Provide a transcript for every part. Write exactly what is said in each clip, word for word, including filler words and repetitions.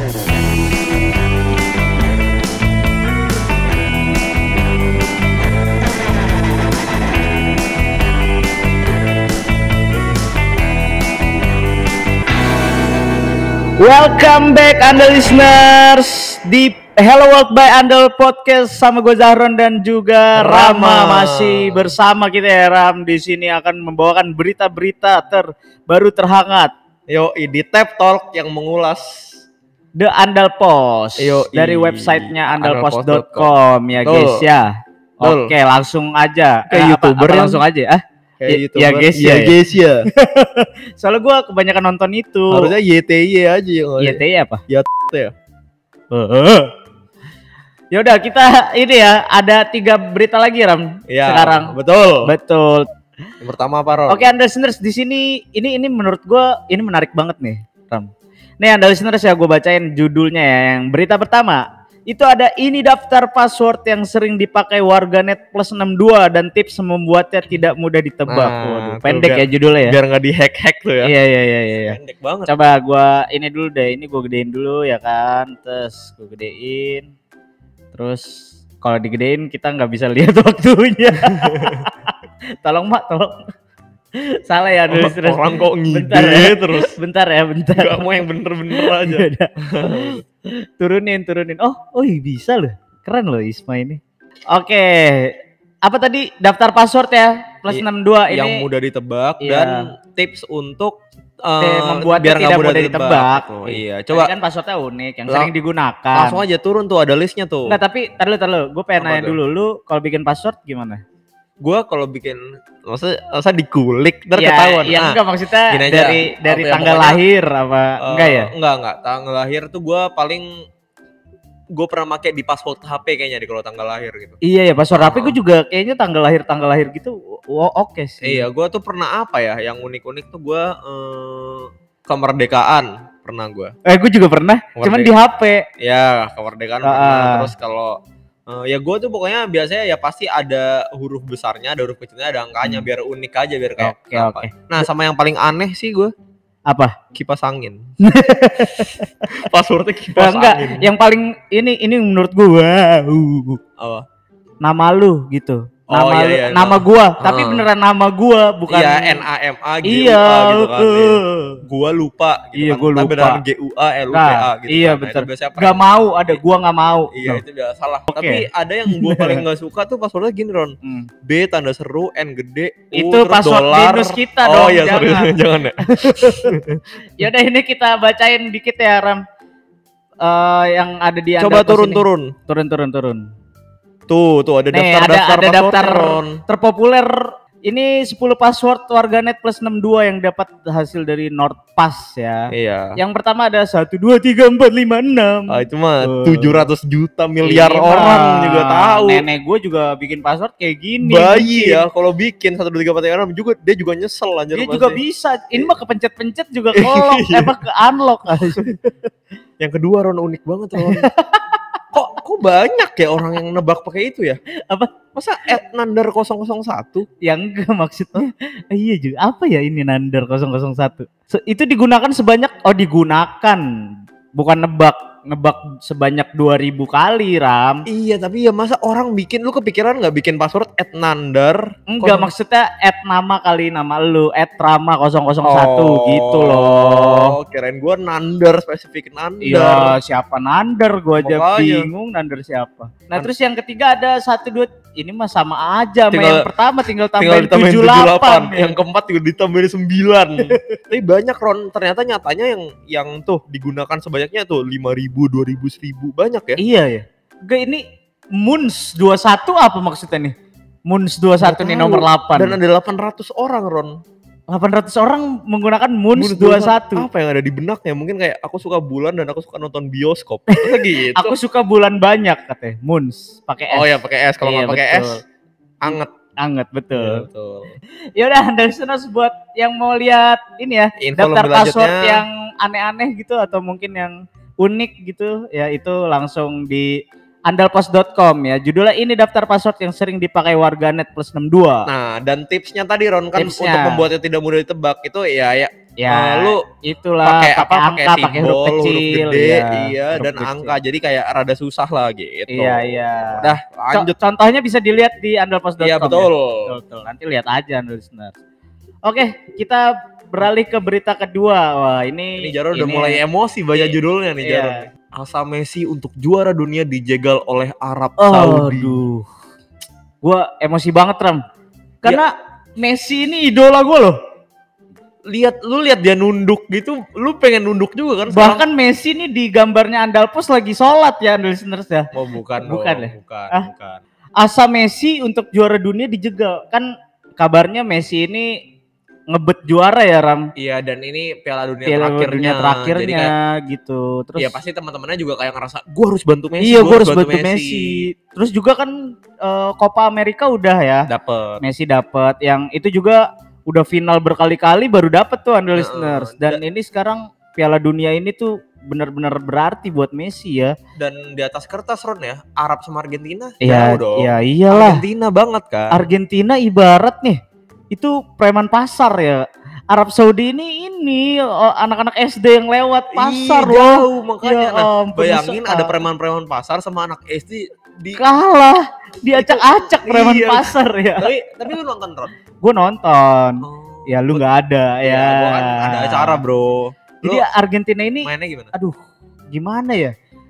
Welcome back Andal listeners di Hello World by Andal Podcast sama gue Zahron dan juga Rama. Rama masih bersama kita ya Ram. Di sini akan membawakan berita-berita terbaru terhangat. Yo, di Tap Talk yang mengulas The Andal Post Yo, dari websitenya andalpost dot com ya guys ya. Dol. Oke, langsung aja ke eh, YouTuber apa, apa langsung aja ah. Kayak ya guys ya, ya guys ya. Soalnya gue kebanyakan nonton itu. Harusnya Y T Y aja yang Y T Y apa? Ya ya. Ya udah kita ini ya ada tiga berita lagi Ram ya, sekarang. Betul. Betul. Yang pertama apa Ron? Oke Anda listeners di sini ini ini menurut gue ini menarik banget nih Ram. Nih Anda listeners ya gue bacain judulnya ya. Yang berita pertama. Itu ada ini daftar password yang sering dipakai warganet plus enam puluh dua dan tips membuatnya tidak mudah ditebak. Nah, waduh, pendek biar, ya judulnya ya. Biar nggak dihack-hack tuh ya. Iya iya iya iya. Pendek banget. Coba gua ini dulu deh, ini gua gedein dulu ya kan. Terus gua gedein. Terus kalau digedein kita nggak bisa lihat waktunya. Tolong Mak, tolong. Salah ya dulu. Oh, orang kok ngide bentar ya. terus. Bentar ya, bentar. Gak mau yang bener-bener aja. turunin, turunin. Oh, oh bisa loh. Keren loh Isma ini. Oke. Apa tadi daftar password ya? Plus enam puluh dua ini. Yang mudah ditebak iya. Dan tips untuk uh, membuat biar tidak mudah, mudah ditebak. ditebak. Oh, iya, coba. Tadi kan passwordnya unik yang Lang- sering digunakan. Langsung aja turun tuh ada listnya tuh. Enggak, tapi tar dulu, tar dulu. Gue pengen nanya dulu, lu kalau bikin password gimana? Gue kalau bikin maksudnya, maksudnya dikulik ntar ya, ketahuan. Ya nah, enggak maksudnya dari aja. dari apa tanggal pokoknya, lahir apa uh, enggak ya? Enggak enggak tanggal lahir tuh gue paling gue pernah pakai di password H P kayaknya di kalau tanggal lahir gitu. Iya ya password uh. H P gue juga kayaknya tanggal lahir tanggal lahir gitu. Wow, oke okay sih. Iya gue tuh pernah apa ya yang unik-unik tuh gue uh, kemerdekaan pernah gue. Eh gue juga pernah. Kemerdeka. Cuman di H P. Ya kemerdekaan uh. pernah. Terus kalau Uh, ya gue tuh pokoknya biasanya ya pasti ada huruf besarnya, ada huruf kecilnya, ada angkanya hmm. biar unik aja biar kayak okay, apa. Okay. Nah sama yang paling aneh sih gue apa? Kipas angin. Passwordnya kipas enggak, angin. Yang paling ini ini menurut gue wow. Oh. Nama lu gitu. Nama oh, iya, iya, nama gua, uh. tapi beneran nama gua bukan iya N A M A G U A iya, gitu kan. Uh. Iya. Gua lupa gitu iya, kan. Gua lupa. Beneran G U A L U P A nah, gitu. Iya kan. betul. Nah, gak mau ada gua nggak mau. Iya no. Itu biasa salah. Okay. Tapi ada yang gua paling nggak suka tuh passwordnya gini Ron. Hmm. B tanda seru N gede U itu password Windows kita oh, dong. Oh iya sorry jangan ya. Ya udah ini kita bacain dikit ya Ram. Uh, yang ada di coba turun-turun. Turun-turun turun. Tuh, tuh ada Nih, daftar ada, daftar ada daftar Ron. terpopuler. Ini sepuluh password warganet plus enam puluh dua yang dapat hasil dari NordPass ya. Iya. Yang pertama ada satu dua tiga empat lima enam. Ah itu mah uh. tujuh ratus juta miliar ini orang mah. Juga tahu. Nenek gue juga bikin password kayak gini. Bayi ya kalau bikin satu dua tiga empat lima enam juga dia juga nyesel anjir. Dia pasti. Juga bisa. Ini mah kepencet-pencet juga kelok, apa ke unlock aja. Yang kedua Ron unik banget Ron. Kok kok banyak ya orang yang nebak pakai itu ya? Apa? Masa at Nandar nol nol satu? Yang enggak maksudnya. Eh, iya juga. Apa ya ini Nandar nol nol satu? So, itu digunakan sebanyak oh digunakan bukan nebak. Nebak sebanyak dua ribu kali Ram. Iya tapi ya masa orang bikin lu kepikiran gak bikin password at Nandar? Enggak kok... maksudnya at nama kali nama lu at Rama nol nol satu oh, gitu loh. Kirain gua Nandar spesifik Nandar. Iya siapa Nandar gua aja makanya bingung Nandar siapa. Nah An- terus yang ketiga ada satu dua ini mah sama aja. Tinggal, yang pertama tinggal tambahin tujuh puluh delapan. Yang keempat juga ditambahin sembilan. Tapi banyak Ron ternyata nyatanya yang yang tuh digunakan sebanyaknya tuh lima ribu, dua ribu, seribu banyak ya. Iya ya. Gak ini Moons dua puluh satu apa maksudnya nih? Moons dua puluh satu nih nomor delapan. Dan ada delapan ratus orang Ron. delapan ratus orang menggunakan Moons dua puluh satu. Apa yang ada di benaknya? Mungkin kayak aku suka bulan dan aku suka nonton bioskop. Masa gitu? Aku suka bulan banyak katanya. Moons pakai S. Oh ya pakai S. Kalau nggak iya, pakai S, anget. Anget betul. Ya, betul. Ya udah dan listeners buat yang mau lihat ini ya info daftar password yang aneh-aneh gitu atau mungkin yang unik gitu ya itu langsung di andalpost dot com ya. Judulnya ini daftar password yang sering dipakai warganet plus enam puluh dua. Nah, dan tipsnya tadi Ron kan tipsnya. Untuk membuatnya tidak mudah ditebak itu ya ya Ya, uh, lu itulah pakai pakai apa? angka, pakai huruf simbol, kecil, huruf gede, ya, iya, huruf dan kecil. angka. Jadi kayak rada susah lah gitu. Iya, iya. Udah, lanjut. Co- contohnya bisa dilihat di andalpos dot com. Iya, betul. Ya? Betul, betul. Nanti lihat aja listeners. Oke, kita beralih ke berita kedua. Wah, ini Ini Jarod udah ini, mulai emosi baca ini, judulnya nih, iya. Jarod. Asa Messi untuk juara dunia dijegal oleh Arab Oh, Saudi. Aduh. Gua emosi banget, Ram. Karena ya. Messi ini idola gue loh. Lihat, lu lihat dia nunduk gitu, lu pengen nunduk juga kan? Bahkan sekarang... Messi ini di gambarnya andalpos lagi sholat ya, listeners ya. Oh bukan, bukan dong, ya? bukan, ah? bukan. Asa Messi untuk juara dunia dijegal. Kan kabarnya Messi ini ngebet juara ya, Ram. Iya, dan ini Piala Dunia Piala terakhirnya. Dunia terakhirnya jadi kayak, gitu. Terus ya pasti teman-temannya juga kayak ngerasa, gue harus bantu Messi. Iya, gue harus bantu, bantu Messi. Messi. Terus juga kan uh, Copa America udah ya. Dapet. Messi dapat. Yang itu juga udah final berkali-kali baru dapet tuh Anda listeners. Dan da- ini sekarang Piala Dunia ini tuh benar-benar berarti buat Messi ya. Dan di atas kertas Ron ya, Arab sama Argentina ya, jauh dong. Iya iyalah. Argentina banget kan. Argentina ibarat nih itu preman pasar ya. Arab Saudi ini ini oh, anak-anak S D yang lewat pasar Ih, loh. Jauh makanya. Ya, nah, um, bayangin ada preman-preman pasar sama anak S D di kalah, diacak-acak preman iya. pasar ya. Tapi tapi lu nonton Ron? Gue nonton. Oh, ya lu nggak ada ya. ya gua kan ada acara bro. Jadi lu Argentina ini mainnya gimana? Aduh, gimana ya?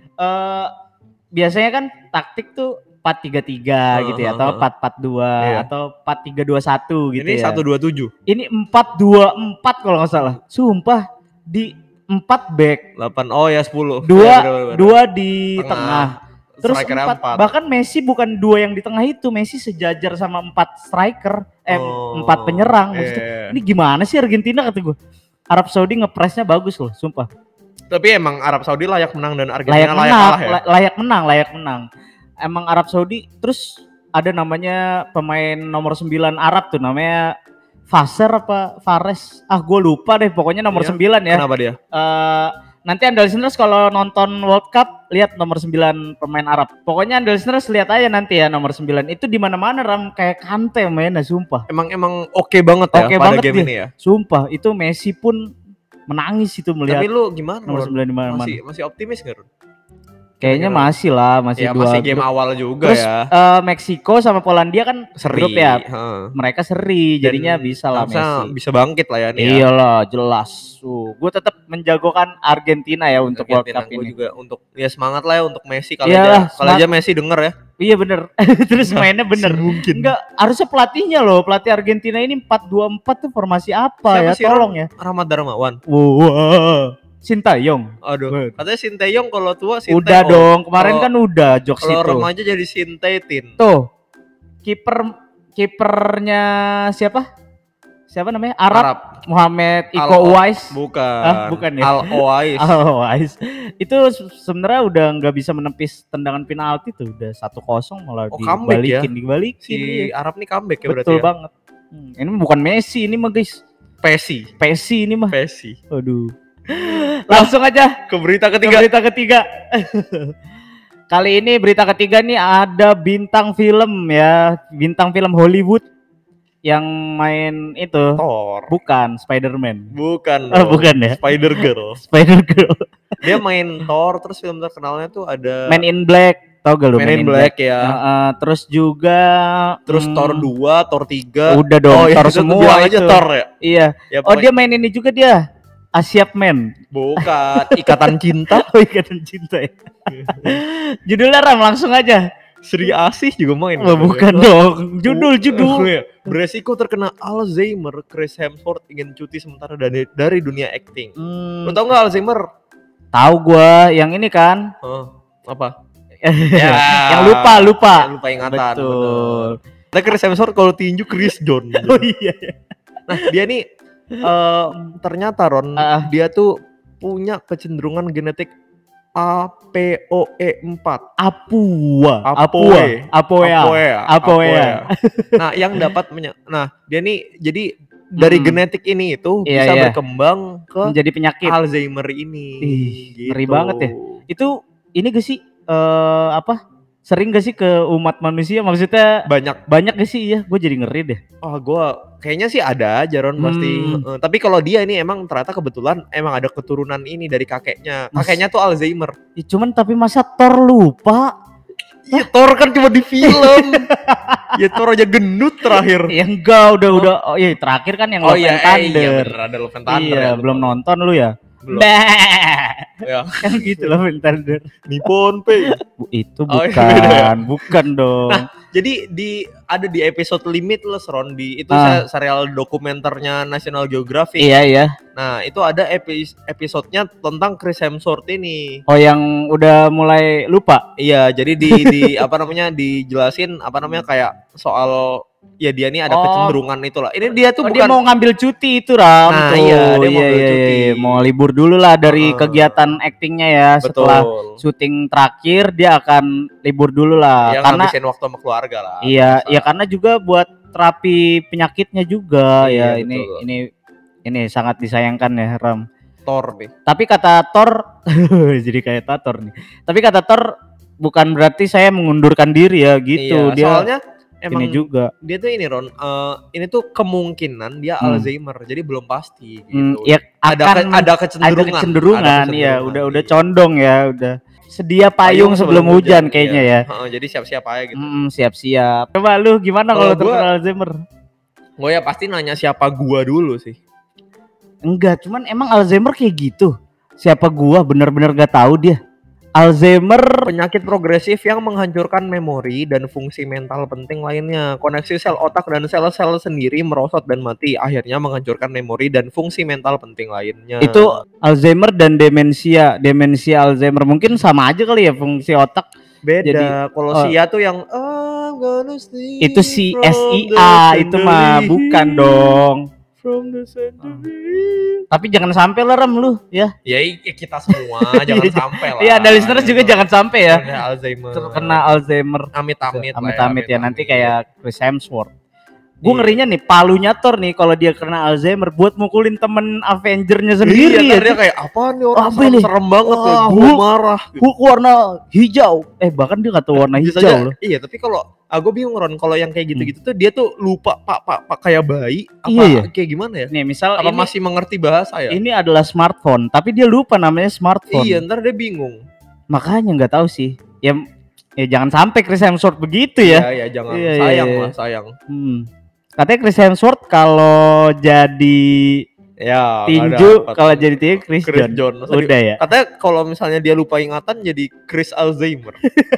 Uh, biasanya kan taktik tuh empat tiga tiga uh, gitu ya, atau empat empat dua iya. atau empat tiga dua satu gitu ini ya. Ini satu dua tujuh. Ini empat dua empat kalau nggak salah. Sumpah di empat back. delapan oh ya sepuluh. Dua ya, bener, bener. dua di tengah. tengah. Terus empat, empat. Bahkan Messi bukan dua yang di tengah itu, Messi sejajar sama empat striker, eh oh, empat penyerang. Maksudnya, yeah. Ini gimana sih Argentina kata gue? Arab Saudi ngepresnya bagus loh, sumpah. Tapi emang Arab Saudi layak menang dan Argentina layak, layak menang, kalah ya? Layak menang, layak menang. Emang Arab Saudi, terus ada namanya pemain nomor sembilan Arab tuh, namanya Faser apa Fares? Ah gue lupa deh, pokoknya nomor iya. sembilan ya. Kenapa dia? Uh, Nanti Anda listeners kalau nonton World Cup lihat nomor sembilan pemain Arab. Pokoknya Anda listeners lihat aja nanti ya nomor sembilan itu di mana-mana Ram kayak Kante mainnya sumpah. Emang emang oke okay banget ya okay pada banget game dia. Ini ya. Sumpah itu Messi pun menangis itu melihat. Tapi lu gimana? Nomor sembilan di mana-mana. Masih masih optimis enggak? Kayaknya masih lah, masih ya, dua masih game grup. Awal juga. Terus, ya. Uh, Meksiko sama Polandia kan seri grup ya. Huh. Mereka seri, jadinya dan bisa lah Messi. Bisa bangkit lah ya nih. Iyalah, ya. Jelas. Uh, gue tetap menjagokan Argentina ya untuk Argentina, World Cup ini. Juga untuk ya semangat lah ya untuk Messi kalau aja kalau aja Messi denger ya. Iya bener. Terus mainnya bener. Mungkin. Enggak, harusnya pelatihnya loh, pelatih Argentina ini empat dua empat tuh formasi apa? Siapa ya? Tolong ya. Rahmat Darmawan. Wow. wow. Sintayong. Aduh, katanya Sintayong kalau tua Sintayong. Udah dong, kemarin kalo, kan udah jokes itu. Kalau remaja jadi Sintetin. Tuh. Kiper kipernya siapa? Siapa namanya? Arab. Arab. Muhammad Iko Uwais. Bukan. Ah, bukan ya. Al Uwais. Al Uwais. Itu sebenarnya udah nggak bisa menepis tendangan penalti tuh, udah satu kosong malah oh, dibalikin, ya? dibalikin. Si ya. Arab nih comeback ya Betul berarti ya. Betul banget. Hmm, ini bukan Messi ini mah guys. Pesi. Pesi ini mah. Pesi. Aduh. Langsung aja ke berita ketiga. Ke berita ketiga. Kali ini berita ketiga nih ada bintang film ya, bintang film Hollywood yang main itu. Thor. Bukan Spider-Man. Bukan. Oh, bukan ya. Spider-Girl. Spider-Girl. Dia main Thor, terus film terkenalnya tuh ada Man in Black. Tau gak lu? Man, Man in Black, Black ya. Uh, uh, terus juga terus hmm, Thor dua, Thor tiga. Udah dong, oh, Thor ya, semua aja itu. Thor ya. Iya. Ya, oh dia main ini juga dia. Asyap Man. Bukan, Ikatan Cinta. Oh, Ikatan Cinta ya. Judulnya Ram, langsung aja. Sri Asih juga main. Oh, bukan ya. dong. Judul judul. Ya. Beresiko terkena Alzheimer, Chris Hemsworth ingin cuti sementara dari dari dunia acting. Hmm. Lo tau nggak Alzheimer? Tahu gua, yang ini kan. Oh, apa? ya, yang lupa lupa. Yang lupa ingatan. Betul. Nah, Chris Hemsworth kalau tinju Chris John. Oh iya. Nah dia nih uh, ternyata Ron uh. dia tuh punya kecenderungan genetik A P O E empat. Apua. Apua. Apoea. Apoea. Nah yang dapat menya- Nah dia nih jadi dari hmm. genetik ini itu iya, bisa iya. berkembang ke menjadi penyakit Alzheimer ini. Ih, gitu. Ngeri banget ya. Itu ini gak sih uh, apa? sering gak sih ke umat manusia? Maksudnya banyak banyak gak sih? Ya, gue jadi ngeri deh. Oh, gue kayaknya sih ada aja Ron pasti. Hmm. Uh, tapi kalau dia ini emang ternyata kebetulan emang ada keturunan ini dari kakeknya. Mas- Kakeknya tuh Alzheimer. Ya, cuman tapi masa Thor lupa? Iya, Thor kan cuma di film. Ya Thor aja gendut terakhir. Ya enggak, udah udah. Oh iya, terakhir kan yang Oh Love iya, and eh, iya Thunder. bener ada Love and Thunder. Iya, ya, belum lupa. nonton lu ya? Belum. Bah. Ya. Kan gitu Love and Thunder. Nippon Pay. Bu, itu Oh, bukan, iya, beda ya? bukan dong. Nah, jadi di ada di episode Limitless Ron di itu Ah. se- serial dokumenternya National Geographic. Iya iya. Nah, itu ada epi- episodenya tentang Chris Hemsworth ini. Oh yang udah mulai lupa. Iya, jadi di di apa namanya dijelasin apa namanya kayak soal ya dia nih ada Oh. kecenderungan itulah. Ini dia tuh Oh, bukan dia mau ngambil cuti itu Ram. Nah, tuh. iya, dia mau Iya, ambil iya, cuti. iya. Mau libur dulu lah dari Heeh. kegiatan aktingnya ya. Setelah betul. syuting terakhir dia akan libur dulu lah. Ya karena ngabisin waktu sama keluarga lah. iya, biasa. ya karena juga buat terapi penyakitnya juga Iya, ya. Ini betul. ini ini sangat disayangkan ya Ram. Thor nih. Tapi kata Thor jadi kayak Tator nih. Tapi kata Thor bukan berarti saya mengundurkan diri ya gitu. Iya, Dia soalnya emang ini juga. dia tuh ini Ron, eh, ini tuh kemungkinan dia Hmm. Alzheimer, jadi belum pasti gitu. Hmm, ya ada akan ke- ada ada kecenderungan. kecenderungan, Ada ya kecenderungan, udah udah iya. condong ya udah sedia payung, sebelum hujan, kayaknya iya. ya. Heeh, jadi siap-siap aja gitu. Hmm, siap-siap. Coba lu gimana Kalau kalau terkena gua- Alzheimer? Gue ya pasti nanya siapa gua dulu sih. Enggak, cuman emang Alzheimer kayak gitu. Siapa gua bener-bener gak tahu dia. Alzheimer Penyakit progresif yang menghancurkan memori dan fungsi mental penting lainnya. Koneksi sel otak dan sel-sel sendiri merosot dan mati, akhirnya menghancurkan memori dan fungsi mental penting lainnya. itu Alzheimer dan demensia, demensia Alzheimer mungkin sama aja kali ya fungsi otak. beda. jadi, Kalau oh. Sia tuh yang I'm gonna sleep Itu si from S I the A itu mah century, bukan dong. From the century. Tapi jangan sampai lah Ram lu ya. Ya i- kita semua jangan sampai lah. Iya, ada listeners juga jangan sampai ya Ada Alzheimer. terkena Alzheimer. Amit-amit lah Amit-amit ya, nanti kayak Chris Hemsworth. Iya. Gue ngerinya nih palunya Thor nih kalau dia kena Alzheimer buat mukulin temen Avengernya sendiri Iya, ya. ntar dia kayak apa nih orang Apa ini? serem banget ya, Wah, gue Hulk. marah. Hulk warna hijau. Eh bahkan dia nggak tahu warna Bisa hijau aja- loh. Iya, tapi kalau ah, gue bingung Ron, kalau yang kayak gitu-gitu tuh dia tuh lupa pak pak pak kayak bayi apa Iya, iya. kayak gimana ya? Nih misal Apa ini, masih mengerti bahasa ya? ini adalah smartphone, tapi dia lupa namanya smartphone. Iya, ntar dia bingung. Makanya nggak tahu sih. Ya, ya jangan sampai Chris Hemsworth begitu ya. Iya, iya, jangan Iya, iya, sayang iya. lah, sayang. Hmm. Katanya Chris Hemsworth kalau jadi Ya, tinju, nggak kalau dapet. jadi tinju Chris, Chris John. John. Masa di- Udah ya. Katanya kalau misalnya dia lupa ingatan jadi Chris Alzheimer.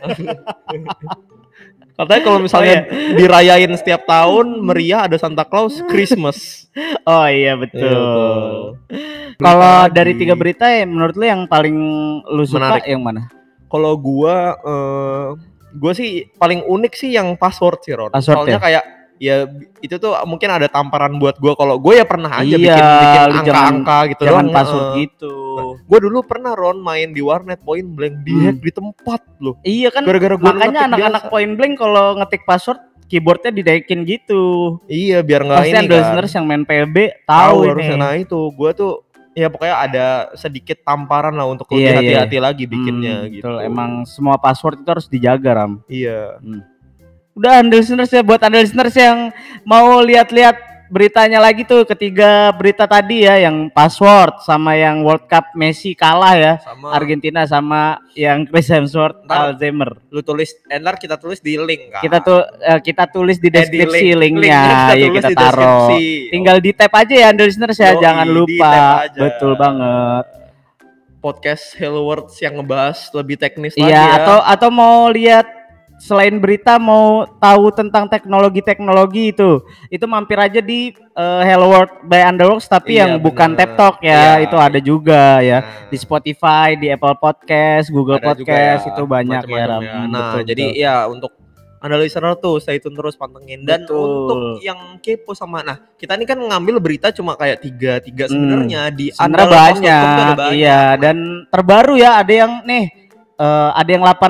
Katanya kalau misalnya dirayain setiap tahun meriah ada Santa Claus Christmas. Oh iya betul. Iya, betul. Kalau Berita dari lagi. tiga berita ya menurut lu yang paling lu suka Menarik. yang mana? Kalau gua eh gua sih paling unik sih yang password sih Ron. Password Soalnya ya? kayak ya itu tuh mungkin ada tamparan buat gua kalau gue ya pernah aja Iya, bikin bikin lu jangan- angka-angka gitu Jangan doang. password eh. gitu. Gue dulu pernah Ron main di warnet point blank dihack Hmm. di tempat loh. Iya kan, Gara-gara gua makanya ngetik anak-anak biasa. point blank kalau ngetik password keyboardnya dinaikin gitu. Iya biar nggak Pasti ini ada kan. listeners yang main P L B Tahu tahu harusnya. ini. Nah itu gue tuh ya pokoknya ada sedikit tamparan lah untuk lebih Iya, iya. hati-hati lagi bikinnya Hmm, gitu. betul. Emang semua password itu harus dijaga Ram. Iya. Udah anda listeners ya, buat anda listeners yang mau lihat-lihat beritanya lagi tuh, ketiga berita tadi ya, yang password sama yang World Cup Messi kalah ya, Sama Argentina, sama yang Chris Hemsworth Ntar- Alzheimer. lu tulis, eh, ntar kita tulis di link kan. Kita tuh eh, kita tulis Eh, di di deskripsi link- linknya, linknya ya tulis kita di taruh. deskripsi. Tinggal di tap aja ya anda listeners ya, Yoi, jangan di lupa. tap aja. Betul banget. Podcast Hello Words yang ngebahas lebih teknis lagi Iya, ya. atau atau mau lihat selain berita, mau tahu tentang teknologi-teknologi itu, itu mampir aja di eh, Hello World by Underworks, tapi Iya, yang bukan bener. Tap Talk ya, Iya. itu ada juga ya. Nah, Di Spotify, di Apple Podcast, Google ada juga Podcast, ya, itu banyak ya, macam-macam Ram. ya. Hmm, Nah, betul, jadi betul. ya untuk anda listener tuh stay tune terus pantengin, dan Betul. untuk yang kepo sama, nah kita ini kan ngambil berita cuma kayak tiga tiga Hmm. sebenarnya di sebenarnya underworks dot com tuh banyak, ada banyak. iya, dan terbaru ya, ada yang nih eh, ada yang delapan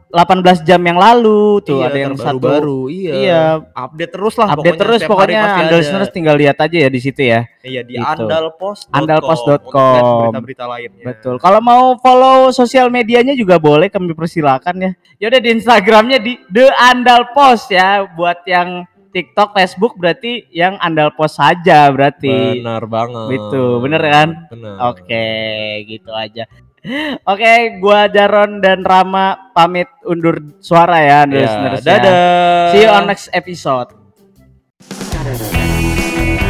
delapan belas jam yang lalu tuh, Iya, ada yang satu baru-baru, iya. Iya, Update terus lah update pokoknya, terus setiap hari pokoknya. pasti Andal ada. listeners tinggal lihat aja ya di situ ya. Iya, di Gitu. andalpost dot com andalpost dot untuk lihat com. berita-berita lainnya. Betul. Kalau mau follow sosial medianya juga boleh, kami persilakan ya. Yaudah, di Instagramnya di The Andalpost ya. Buat yang TikTok, Facebook berarti yang Andalpost saja berarti. Benar banget. Gitu, bener kan? Bener. Oke, gitu aja. Oke, gua Jaron dan Rama pamit undur suara ya, Ya, listeners ya. dadah. See you on next episode.